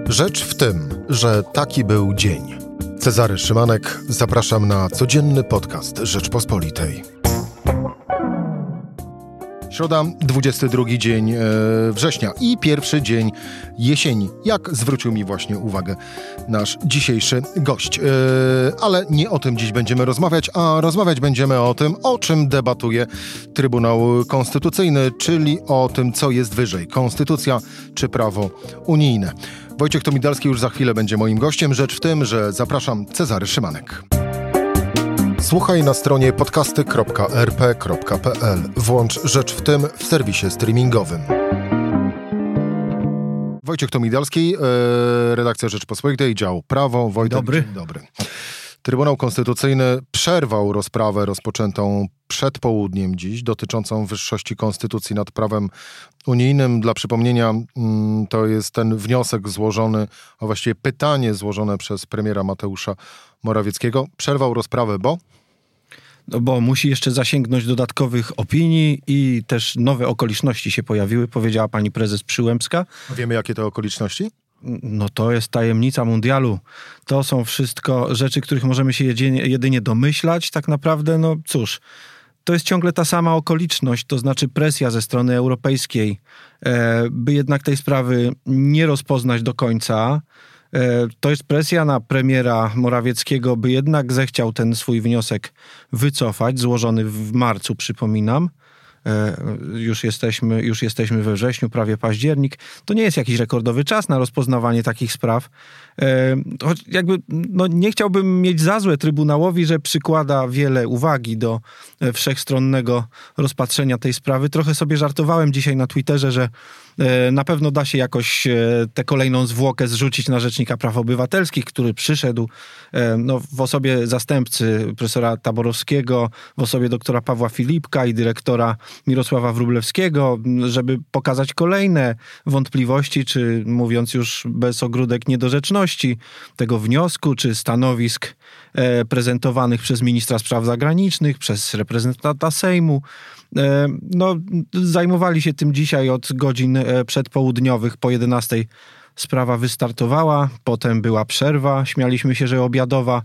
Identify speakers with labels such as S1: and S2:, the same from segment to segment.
S1: Rzecz w tym, że taki był dzień. Cezary Szymanek, zapraszam na codzienny podcast Rzeczpospolitej. Środa, 22 dzień września i pierwszy dzień jesieni, jak zwrócił mi właśnie uwagę nasz dzisiejszy gość. Ale nie o tym dziś będziemy rozmawiać, a rozmawiać będziemy o tym, o czym debatuje Trybunał Konstytucyjny, czyli o tym, co jest wyżej, konstytucja czy prawo unijne. Wojciech Tomidalski już za chwilę będzie moim gościem. Rzecz w tym, że zapraszam, Cezary Szymanek. Słuchaj na stronie podcasty.rp.pl. Włącz Rzecz w tym w serwisie streamingowym. Wojciech Tomidalski, redakcja Rzeczpospolitej, dział prawo. Wojtek,
S2: dobry.
S1: Dzień dobry. Trybunał Konstytucyjny przerwał rozprawę rozpoczętą przed południem dziś, dotyczącą wyższości konstytucji nad prawem unijnym. Dla przypomnienia, to jest ten wniosek złożony, a właściwie pytanie złożone przez premiera Mateusza Morawieckiego. Przerwał rozprawę, bo?
S2: No bo musi jeszcze zasięgnąć dodatkowych opinii i też nowe okoliczności się pojawiły, powiedziała pani prezes Przyłębska.
S1: Wiemy, jakie to okoliczności?
S2: No to jest tajemnica mundialu. To są wszystko rzeczy, których możemy się jedynie domyślać. Tak naprawdę, no cóż, to jest ciągle ta sama okoliczność, to znaczy presja ze strony europejskiej, by jednak tej sprawy nie rozpoznać do końca. To jest presja na premiera Morawieckiego, by jednak zechciał ten swój wniosek wycofać, złożony w marcu, przypominam. Już jesteśmy we wrześniu, prawie październik. To nie jest jakiś rekordowy czas na rozpoznawanie takich spraw. Choć jakby nie chciałbym mieć za złe Trybunałowi, że przykłada wiele uwagi do wszechstronnego rozpatrzenia tej sprawy. Trochę sobie żartowałem dzisiaj na Twitterze, że na pewno da się jakoś tę kolejną zwłokę zrzucić na Rzecznika Praw Obywatelskich, który przyszedł w osobie zastępcy profesora Taborowskiego, w osobie doktora Pawła Filipka i dyrektora Mirosława Wróblewskiego, żeby pokazać kolejne wątpliwości, czy mówiąc już bez ogródek niedorzeczności tego wniosku, czy stanowisk prezentowanych przez ministra spraw zagranicznych, przez reprezentanta Sejmu. Zajmowali się tym dzisiaj od godzin przedpołudniowych, po 11 sprawa wystartowała, potem była przerwa, śmialiśmy się, że obiadowa,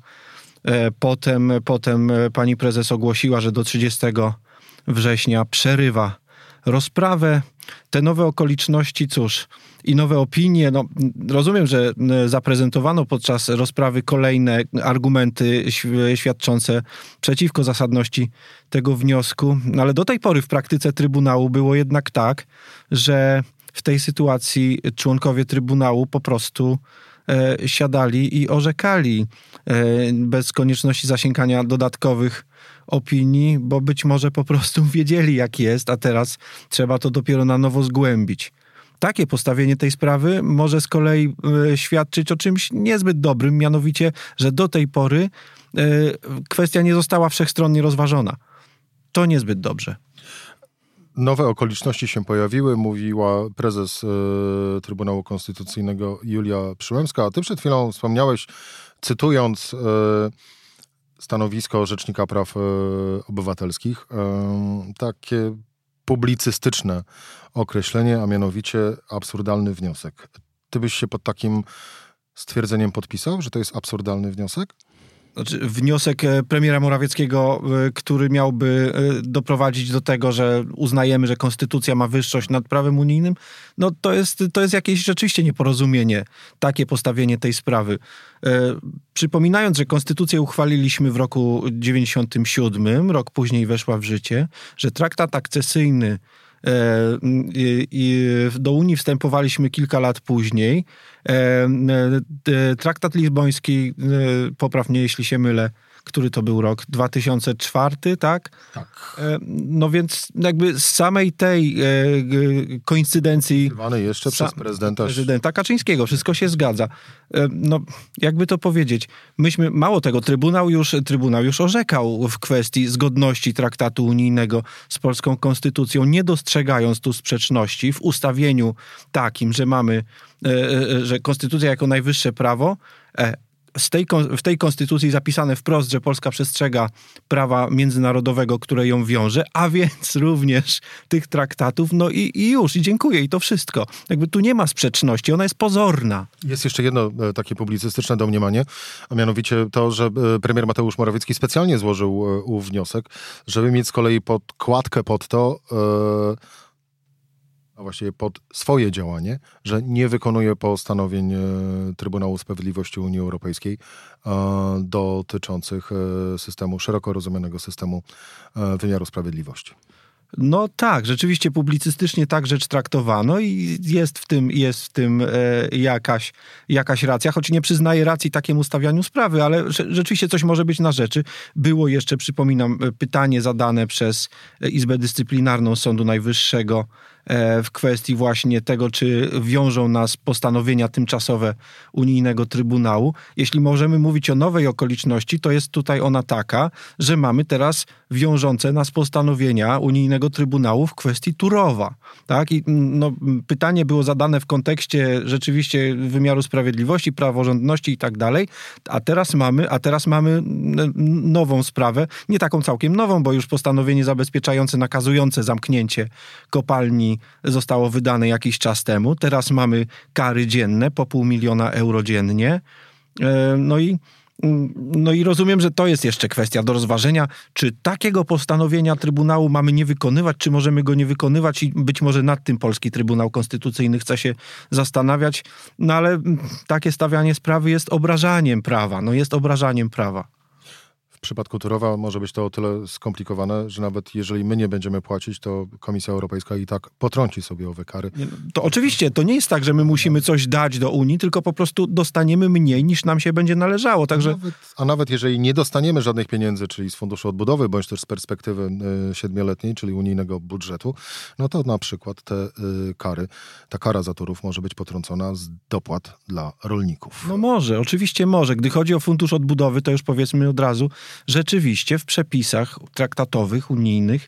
S2: potem pani prezes ogłosiła, że do 30 września przerywa rozprawę. Te nowe okoliczności, cóż, i nowe opinie, rozumiem, że zaprezentowano podczas rozprawy kolejne argumenty świadczące przeciwko zasadności tego wniosku, ale do tej pory w praktyce Trybunału było jednak tak, że w tej sytuacji członkowie Trybunału po prostu siadali i orzekali bez konieczności zasięgania dodatkowych opinii, bo być może po prostu wiedzieli, jak jest, a teraz trzeba to dopiero na nowo zgłębić. Takie postawienie tej sprawy może z kolei świadczyć o czymś niezbyt dobrym, mianowicie, że do tej pory kwestia nie została wszechstronnie rozważona. To niezbyt dobrze.
S1: Nowe okoliczności się pojawiły, mówiła prezes Trybunału Konstytucyjnego Julia Przyłębska, a ty przed chwilą wspomniałeś, cytując stanowisko Rzecznika Praw Obywatelskich, takie publicystyczne określenie, a mianowicie absurdalny wniosek. Ty byś się pod takim stwierdzeniem podpisał, że to jest absurdalny wniosek?
S2: Znaczy, wniosek premiera Morawieckiego, który miałby doprowadzić do tego, że uznajemy, że konstytucja ma wyższość nad prawem unijnym, to jest jakieś rzeczywiście nieporozumienie, takie postawienie tej sprawy. Przypominając, że konstytucję uchwaliliśmy w roku 97, rok później weszła w życie, że traktat akcesyjny do Unii wstępowaliśmy kilka lat później. Traktat lizboński, popraw mnie jeśli się mylę, który to był rok? 2004, tak?
S1: Tak.
S2: No więc jakby z samej tej koincydencji...
S1: Wywany jeszcze przez
S2: prezydenta Kaczyńskiego. Wszystko się zgadza. Jakby to powiedzieć, mało tego, Trybunał już orzekał w kwestii zgodności traktatu unijnego z polską konstytucją, nie dostrzegając tu sprzeczności w ustawieniu takim, że mamy, że konstytucja jako najwyższe prawo w tej konstytucji zapisane wprost, że Polska przestrzega prawa międzynarodowego, które ją wiąże, a więc również tych traktatów, no i już, i dziękuję, i to wszystko. Jakby tu nie ma sprzeczności, ona jest pozorna.
S1: Jest jeszcze jedno takie publicystyczne domniemanie, a mianowicie to, że premier Mateusz Morawiecki specjalnie złożył wniosek, żeby mieć z kolei podkładkę pod to, a właściwie pod swoje działanie, że nie wykonuje postanowień Trybunału Sprawiedliwości Unii Europejskiej dotyczących systemu, szeroko rozumianego systemu wymiaru sprawiedliwości.
S2: No tak, rzeczywiście publicystycznie tak rzecz traktowano i jest w tym jakaś racja, choć nie przyznaję racji takiemu stawianiu sprawy, ale rzeczywiście coś może być na rzeczy. Było jeszcze, przypominam, pytanie zadane przez Izbę Dyscyplinarną Sądu Najwyższego w kwestii właśnie tego, czy wiążą nas postanowienia tymczasowe unijnego Trybunału. Jeśli możemy mówić o nowej okoliczności, to jest tutaj ona taka, że mamy teraz wiążące nas postanowienia unijnego Trybunału w kwestii Turowa. Tak? I pytanie było zadane w kontekście rzeczywiście wymiaru sprawiedliwości, praworządności i tak dalej, a teraz mamy nową sprawę, nie taką całkiem nową, bo już postanowienie zabezpieczające, nakazujące zamknięcie kopalni zostało wydane jakiś czas temu. Teraz mamy kary dzienne po 500 000 euro dziennie. No i rozumiem, że to jest jeszcze kwestia do rozważenia, czy takiego postanowienia Trybunału mamy nie wykonywać, czy możemy go nie wykonywać i być może nad tym polski Trybunał Konstytucyjny chce się zastanawiać, no ale takie stawianie sprawy jest obrażaniem prawa. Jest obrażaniem prawa.
S1: W przypadku Turowa może być to o tyle skomplikowane, że nawet jeżeli my nie będziemy płacić, to Komisja Europejska i tak potrąci sobie owe kary.
S2: To oczywiście, to nie jest tak, że my musimy coś dać do Unii, tylko po prostu dostaniemy mniej niż nam się będzie należało. Także...
S1: Nawet jeżeli nie dostaniemy żadnych pieniędzy, czyli z Funduszu Odbudowy, bądź też z perspektywy 7-letniej, czyli unijnego budżetu, no to na przykład ta kara za Turów może być potrącona z dopłat dla rolników.
S2: No może, oczywiście może. Gdy chodzi o Fundusz Odbudowy, to już powiedzmy od razu, rzeczywiście w przepisach traktatowych, unijnych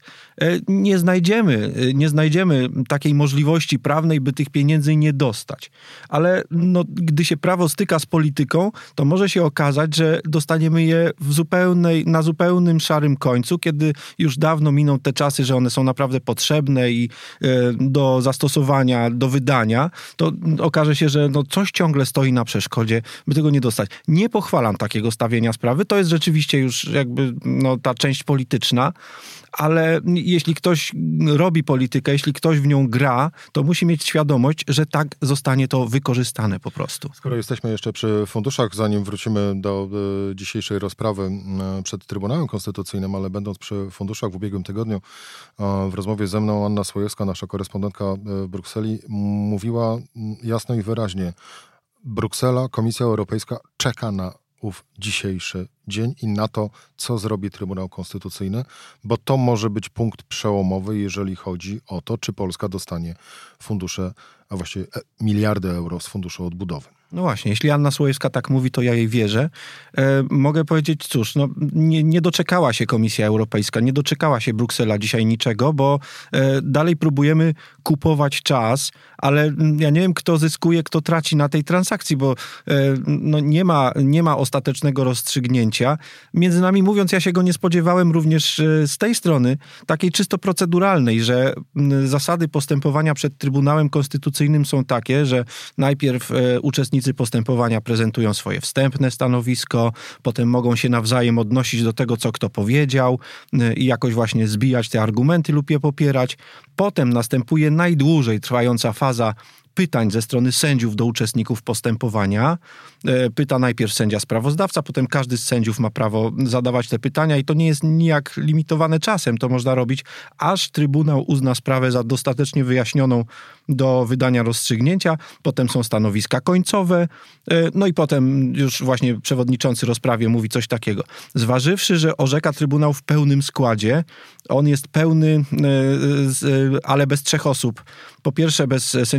S2: nie znajdziemy takiej możliwości prawnej, by tych pieniędzy nie dostać. Ale gdy się prawo styka z polityką, to może się okazać, że dostaniemy je na zupełnym szarym końcu, kiedy już dawno miną te czasy, że one są naprawdę potrzebne i do zastosowania, do wydania, to okaże się, że coś ciągle stoi na przeszkodzie, by tego nie dostać. Nie pochwalam takiego stawienia sprawy, to jest rzeczywiście już jakby ta część polityczna, ale jeśli ktoś robi politykę, jeśli ktoś w nią gra, to musi mieć świadomość, że tak zostanie to wykorzystane po prostu.
S1: Skoro jesteśmy jeszcze przy funduszach, zanim wrócimy do dzisiejszej rozprawy przed Trybunałem Konstytucyjnym, ale będąc przy funduszach w ubiegłym tygodniu, w rozmowie ze mną Anna Słojewska, nasza korespondentka w Brukseli, mówiła jasno i wyraźnie: Bruksela, Komisja Europejska czeka na ów dzisiejszy dzień i na to, co zrobi Trybunał Konstytucyjny, bo to może być punkt przełomowy, jeżeli chodzi o to, czy Polska dostanie fundusze, a właściwie miliardy euro z Funduszu Odbudowy.
S2: No właśnie, jeśli Anna Słojewska tak mówi, to ja jej wierzę. Mogę powiedzieć, cóż, nie doczekała się Komisja Europejska, nie doczekała się Bruksela dzisiaj niczego, bo dalej próbujemy kupować czas, ale ja nie wiem, kto zyskuje, kto traci na tej transakcji, bo nie ma ostatecznego rozstrzygnięcia. Między nami mówiąc, ja się go nie spodziewałem również z tej strony, takiej czysto proceduralnej, że zasady postępowania przed Trybunałem Konstytucyjnym są takie, że najpierw uczestnicy postępowania prezentują swoje wstępne stanowisko, potem mogą się nawzajem odnosić do tego, co kto powiedział i jakoś właśnie zbijać te argumenty lub je popierać. Potem następuje najdłużej trwająca faza pytań ze strony sędziów do uczestników postępowania. Pyta najpierw sędzia sprawozdawca, potem każdy z sędziów ma prawo zadawać te pytania i to nie jest nijak limitowane czasem. To można robić, aż Trybunał uzna sprawę za dostatecznie wyjaśnioną do wydania rozstrzygnięcia. Potem są stanowiska końcowe. No i potem już właśnie przewodniczący rozprawie mówi coś takiego. Zważywszy, że orzeka Trybunał w pełnym składzie, on jest pełny, ale bez 3 osób. Po pierwsze bez sędziego Kierena,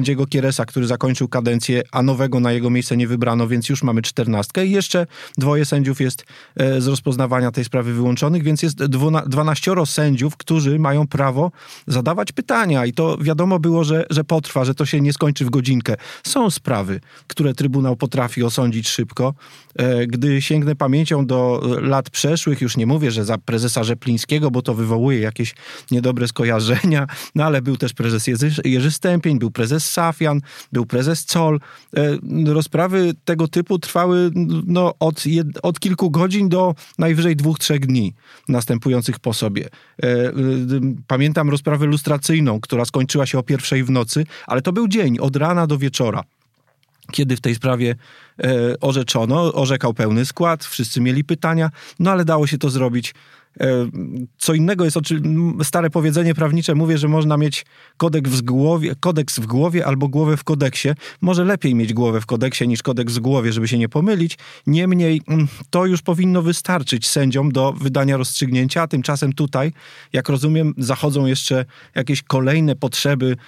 S2: Gutierresa, który zakończył kadencję, a nowego na jego miejsce nie wybrano, więc już mamy 14 i jeszcze 2 sędziów jest z rozpoznawania tej sprawy wyłączonych, więc jest 12 sędziów, którzy mają prawo zadawać pytania i to wiadomo było, że potrwa, że to się nie skończy w godzinkę. Są sprawy, które Trybunał potrafi osądzić szybko. Gdy sięgnę pamięcią do lat przeszłych, już nie mówię, że za prezesa Rzeplińskiego, bo to wywołuje jakieś niedobre skojarzenia, no ale był też prezes Jerzy Stępień, był prezes Safian, był prezes Zoll. Rozprawy tego typu trwały od kilku godzin do najwyżej 2-3 dni następujących po sobie. Pamiętam rozprawę lustracyjną, która skończyła się o 1:00 w nocy, ale to był dzień, od rana do wieczora, kiedy w tej sprawie orzeczono. Orzekał pełny skład, wszyscy mieli pytania, no ale dało się to zrobić. Co innego jest stare powiedzenie prawnicze, mówię, że można mieć kodeks w głowie albo głowę w kodeksie. Może lepiej mieć głowę w kodeksie niż kodeks w głowie, żeby się nie pomylić. Niemniej to już powinno wystarczyć sędziom do wydania rozstrzygnięcia, a tymczasem tutaj, jak rozumiem, zachodzą jeszcze jakieś kolejne potrzeby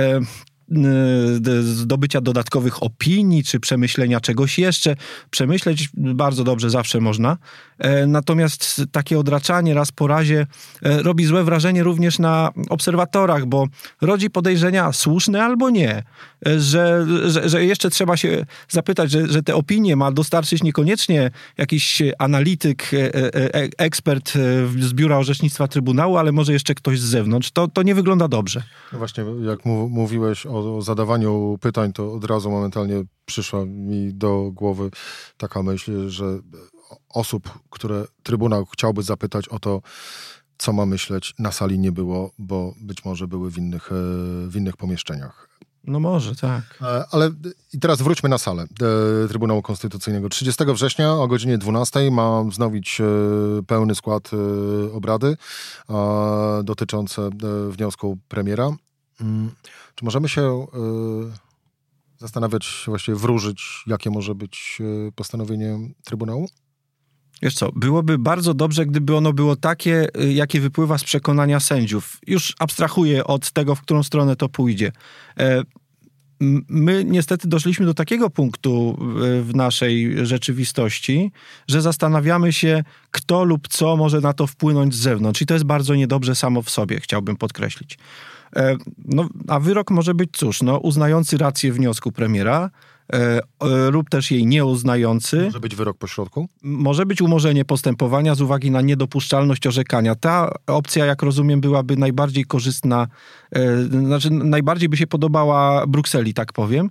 S2: zdobycia dodatkowych opinii, czy przemyślenia czegoś jeszcze. Przemyśleć bardzo dobrze zawsze można. Natomiast takie odraczanie raz po razie robi złe wrażenie również na obserwatorach, bo rodzi podejrzenia słuszne albo nie, że jeszcze trzeba się zapytać, że te opinie ma dostarczyć niekoniecznie jakiś analityk, ekspert z Biura Orzecznictwa Trybunału, ale może jeszcze ktoś z zewnątrz. To nie wygląda dobrze.
S1: No właśnie, jak mówiłeś o zadawaniu pytań, to od razu momentalnie przyszła mi do głowy taka myśl, że osób, które Trybunał chciałby zapytać o to, co ma myśleć, na sali nie było, bo być może były w innych pomieszczeniach.
S2: No może, tak.
S1: Ale i teraz wróćmy na salę Trybunału Konstytucyjnego. 30 września o godzinie 12 ma wznowić pełny skład obrady dotyczące wniosku premiera. Czy możemy się zastanawiać, właściwie wróżyć, jakie może być postanowienie Trybunału?
S2: Wiesz co, byłoby bardzo dobrze, gdyby ono było takie, jakie wypływa z przekonania sędziów. Już abstrahuję od tego, w którą stronę to pójdzie. My niestety doszliśmy do takiego punktu w naszej rzeczywistości, że zastanawiamy się, kto lub co może na to wpłynąć z zewnątrz. I to jest bardzo niedobrze samo w sobie, chciałbym podkreślić. A wyrok może być, uznający rację wniosku premiera, lub też jej nieuznający.
S1: Może być wyrok pośrodku?
S2: Może być umorzenie postępowania z uwagi na niedopuszczalność orzekania. Ta opcja, jak rozumiem, byłaby najbardziej korzystna, najbardziej by się podobała Brukseli, tak powiem.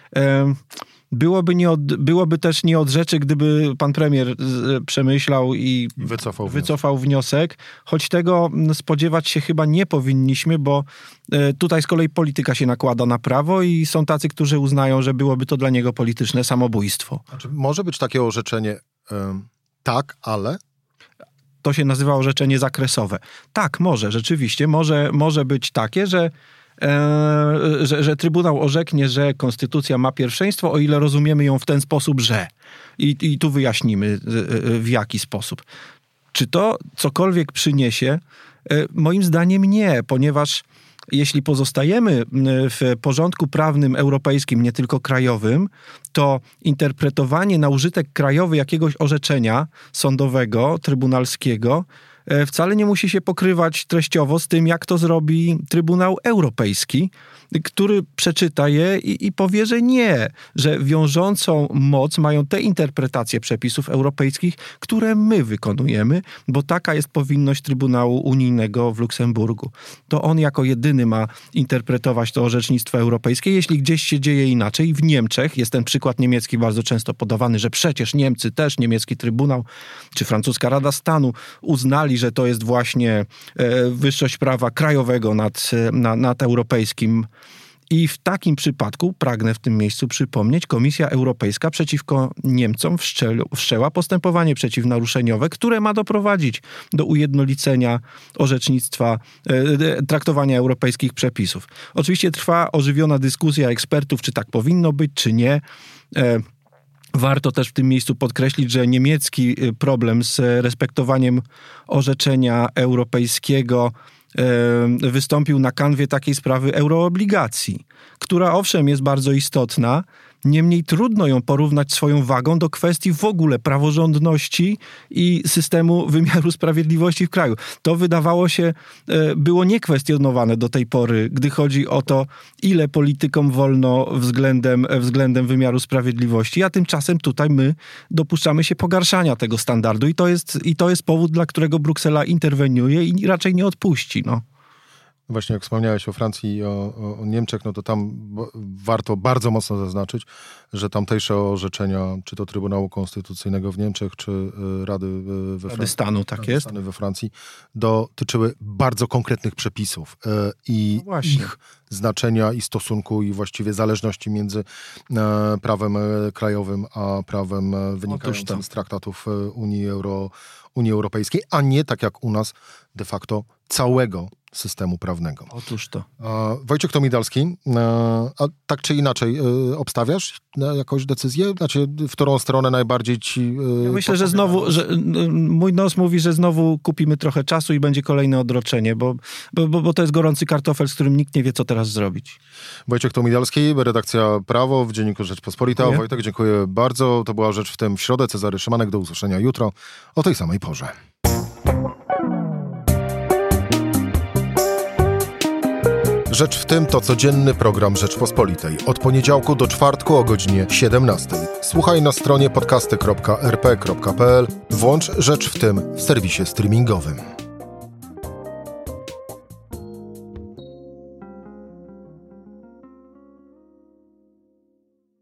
S2: Byłoby też nie od rzeczy, gdyby pan premier przemyślał i wycofał wniosek, choć tego spodziewać się chyba nie powinniśmy, bo tutaj z kolei polityka się nakłada na prawo i są tacy, którzy uznają, że byłoby to dla niego polityczne samobójstwo.
S1: Znaczy, może być takie orzeczenie tak, ale...
S2: To się nazywa orzeczenie zakresowe. Tak, może, rzeczywiście. Może być takie, że Trybunał orzeknie, że Konstytucja ma pierwszeństwo, o ile rozumiemy ją w ten sposób, że. I tu wyjaśnimy, w jaki sposób. Czy to cokolwiek przyniesie? Moim zdaniem nie, ponieważ jeśli pozostajemy w porządku prawnym europejskim, nie tylko krajowym, to interpretowanie na użytek krajowy jakiegoś orzeczenia sądowego, trybunalskiego wcale nie musi się pokrywać treściowo z tym, jak to zrobi Trybunał Europejski, który przeczyta je i powie, że nie, że wiążącą moc mają te interpretacje przepisów europejskich, które my wykonujemy, bo taka jest powinność Trybunału Unijnego w Luksemburgu. To on jako jedyny ma interpretować to orzecznictwo europejskie. Jeśli gdzieś się dzieje inaczej, w Niemczech, jest ten przykład niemiecki bardzo często podawany, że przecież Niemcy też, niemiecki Trybunał, czy francuska Rada Stanu uznali, że to jest właśnie wyższość prawa krajowego nad europejskim. I w takim przypadku, pragnę w tym miejscu przypomnieć, Komisja Europejska przeciwko Niemcom wszczęła postępowanie przeciwnaruszeniowe, które ma doprowadzić do ujednolicenia orzecznictwa, traktowania europejskich przepisów. Oczywiście trwa ożywiona dyskusja ekspertów, czy tak powinno być, czy nie. Warto też w tym miejscu podkreślić, że niemiecki problem z respektowaniem orzeczenia europejskiego wystąpił na kanwie takiej sprawy euroobligacji, która owszem jest bardzo istotna, niemniej trudno ją porównać swoją wagą do kwestii w ogóle praworządności i systemu wymiaru sprawiedliwości w kraju. To wydawało się, było niekwestionowane do tej pory, gdy chodzi o to, ile politykom wolno względem wymiaru sprawiedliwości, a tymczasem tutaj my dopuszczamy się pogarszania tego standardu i to jest powód, dla którego Bruksela interweniuje i raczej nie odpuści. No.
S1: Właśnie jak wspomniałeś o Francji i o Niemczech, no to tam warto bardzo mocno zaznaczyć, że tamtejsze orzeczenia, czy to Trybunału Konstytucyjnego w Niemczech, czy Rady
S2: Stanu, tak jest.
S1: Stany we Francji, dotyczyły bardzo konkretnych przepisów i ich znaczenia i stosunku i właściwie zależności między prawem krajowym a prawem wynikającym z traktatów Unii Europejskiej, a nie tak jak u nas de facto całego systemu prawnego.
S2: Otóż to.
S1: Wojciech Tomidalski, a tak czy inaczej obstawiasz jakąś decyzję? Znaczy, w którą stronę najbardziej ci...
S2: Ja myślę, że mój nos mówi, że znowu kupimy trochę czasu i będzie kolejne odroczenie, bo to jest gorący kartofel, z którym nikt nie wie, co teraz zrobić.
S1: Wojciech Tomidalski, redakcja Prawo w Dzienniku Rzeczpospolita.
S2: Dziękuję.
S1: Wojtek, dziękuję bardzo. To była Rzecz w tym w środę. Cezary Szymanek. Do usłyszenia jutro o tej samej porze. Rzecz w tym to codzienny program Rzeczpospolitej. Od poniedziałku do czwartku o godzinie 17. Słuchaj na stronie podcasty.rp.pl. Włącz Rzecz w tym w serwisie streamingowym.